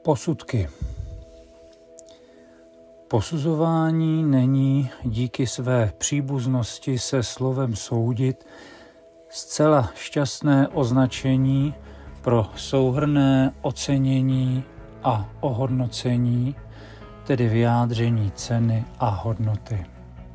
Posudky. Posuzování není díky své příbuznosti se slovem soudit zcela šťastné označení pro souhrnné ocenění a ohodnocení, tedy vyjádření ceny a hodnoty.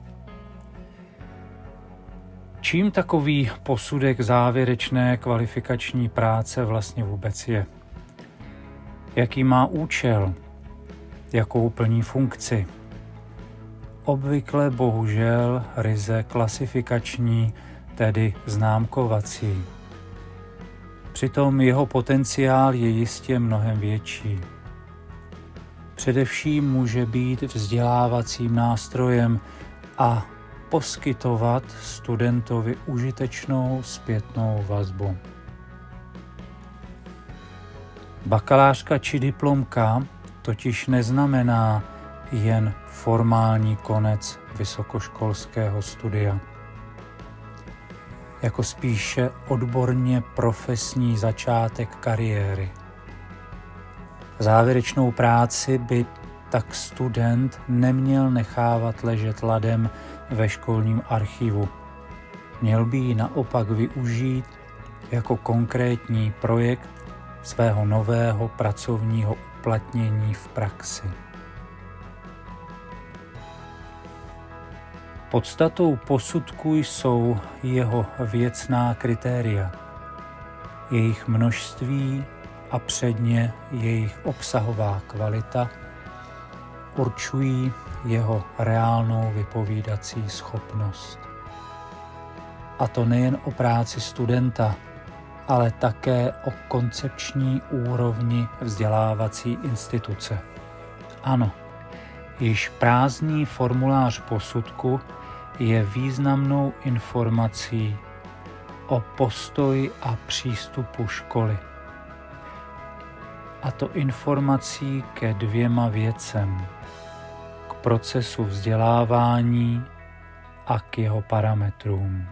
Čím takový posudek závěrečné kvalifikační práce vlastně vůbec je? Jaký má účel? Jakou plní funkci? Obvykle bohužel ryze klasifikační, tedy známkovací. Přitom jeho potenciál je jistě mnohem větší. Především může být vzdělávacím nástrojem a poskytovat studentovi užitečnou zpětnou vazbu. Bakalářka či diplomka totiž neznamená jen formální konec vysokoškolského studia. Jako spíše odborně profesní začátek kariéry. Závěrečnou práci by tak student neměl nechávat ležet ladem ve školním archivu. Měl by ji naopak využít jako konkrétní projekt svého nového pracovního uplatnění v praxi. Podstatou posudku jsou jeho věcná kritéria, jejich množství a předně jejich obsahová kvalita určují jeho reálnou vypovídací schopnost. A to nejen o práci studenta, ale také o koncepční úrovni vzdělávací instituce. Ano, již prázdný formulář posudku je významnou informací o postoji a přístupu školy. A to informací ke dvěma věcem. K procesu vzdělávání a k jeho parametrům.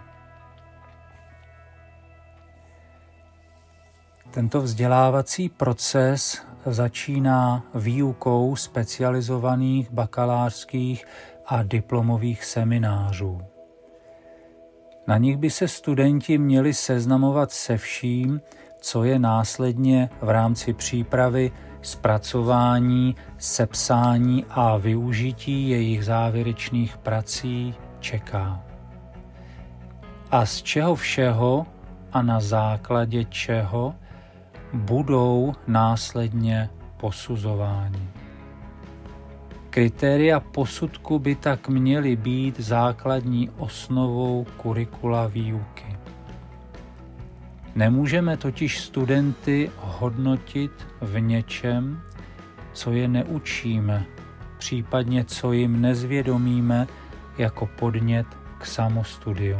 Tento vzdělávací proces začíná výukou specializovaných bakalářských a diplomových seminářů. Na nich by se studenti měli seznamovat se vším, co je následně v rámci přípravy, zpracování, sepsání a využití jejich závěrečných prací čeká. A z čeho všeho a na základě čeho budou následně posuzováni. Kritéria posudku by tak měly být základní osnovou kurikula výuky. Nemůžeme totiž studenty hodnotit v něčem, co je neučíme, případně co jim nezvědomíme jako podnět k samostudiu.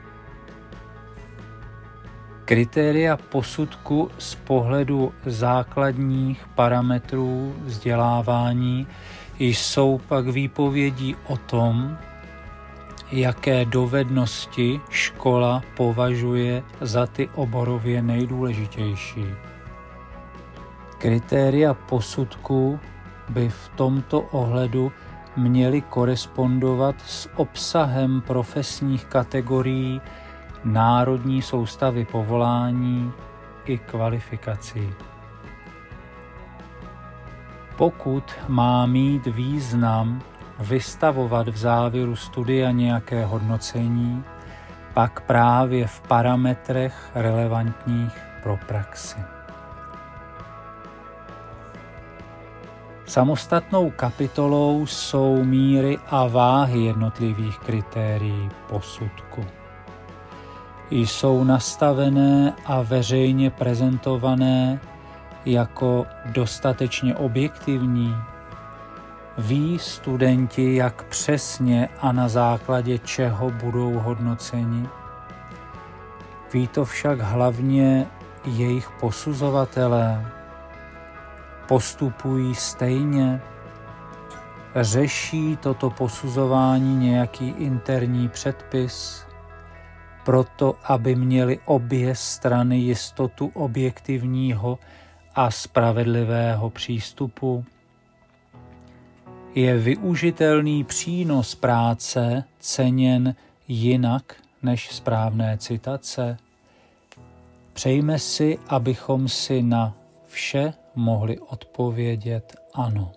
Kritéria posudku z pohledu základních parametrů vzdělávání jsou pak výpovědí o tom, jaké dovednosti škola považuje za ty oborově nejdůležitější. Kritéria posudku by v tomto ohledu měly korespondovat s obsahem profesních kategorií národní soustavy povolání i kvalifikací. Pokud má mít význam vystavovat v závěru studia nějaké hodnocení, pak právě v parametrech relevantních pro praxi. Samostatnou kapitolou jsou míry a váhy jednotlivých kritérií posudku. Jsou nastavené a veřejně prezentované jako dostatečně objektivní. Ví studenti, jak přesně a na základě čeho budou hodnoceni? Ví to však hlavně jejich posuzovatelé. Postupují stejně? Řeší toto posuzování nějaký interní předpis? Proto, aby měly obě strany jistotu objektivního a spravedlivého přístupu? Je využitelný přínos práce ceněn jinak než správné citace? Přejme si, abychom si na vše mohli odpovědět ano.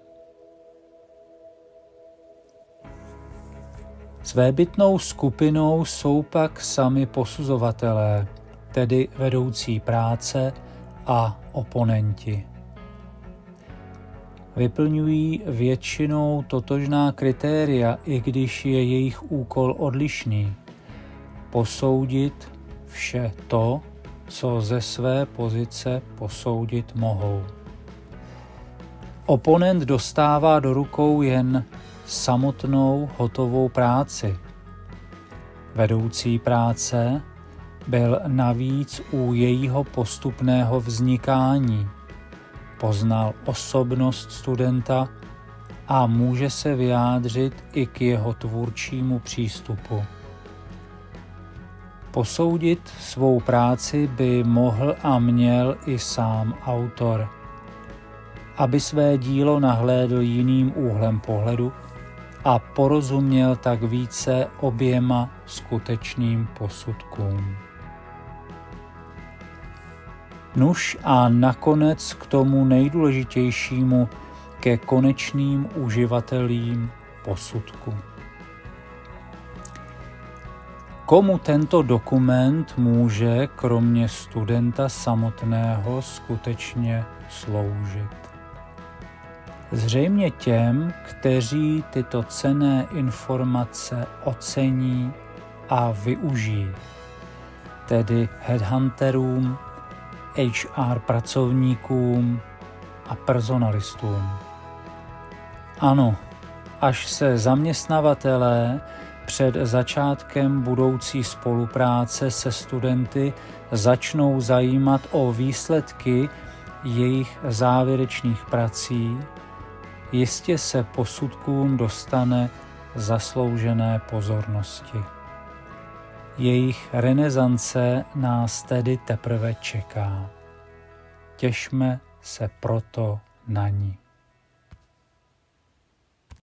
Svébytnou skupinou jsou pak sami posuzovatelé, tedy vedoucí práce a oponenti. Vyplňují většinou totožná kritéria, i když je jejich úkol odlišný. Posoudit vše to, co ze své pozice posoudit mohou. Oponent dostává do rukou jen samotnou hotovou práci. Vedoucí práce byl navíc u jejího postupného vznikání. Poznal osobnost studenta a může se vyjádřit i k jeho tvůrčímu přístupu. Posoudit svou práci by mohl a měl i sám autor, aby své dílo nahlédl jiným úhlem pohledu a porozuměl tak více oběma skutečným posudkům. Nuž a nakonec k tomu nejdůležitějšímu, ke konečným uživatelům posudku. Komu tento dokument může, kromě studenta samotného, skutečně sloužit? Zřejmě těm, kteří tyto cenné informace ocení a využijí, tedy headhunterům, HR pracovníkům a personalistům. Ano, až se zaměstnavatelé před začátkem budoucí spolupráce se studenty začnou zajímat o výsledky jejich závěrečných prací, jistě se posudkům dostane zasloužené pozornosti. Jejich renesance nás tedy teprve čeká. Těšme se proto na ní.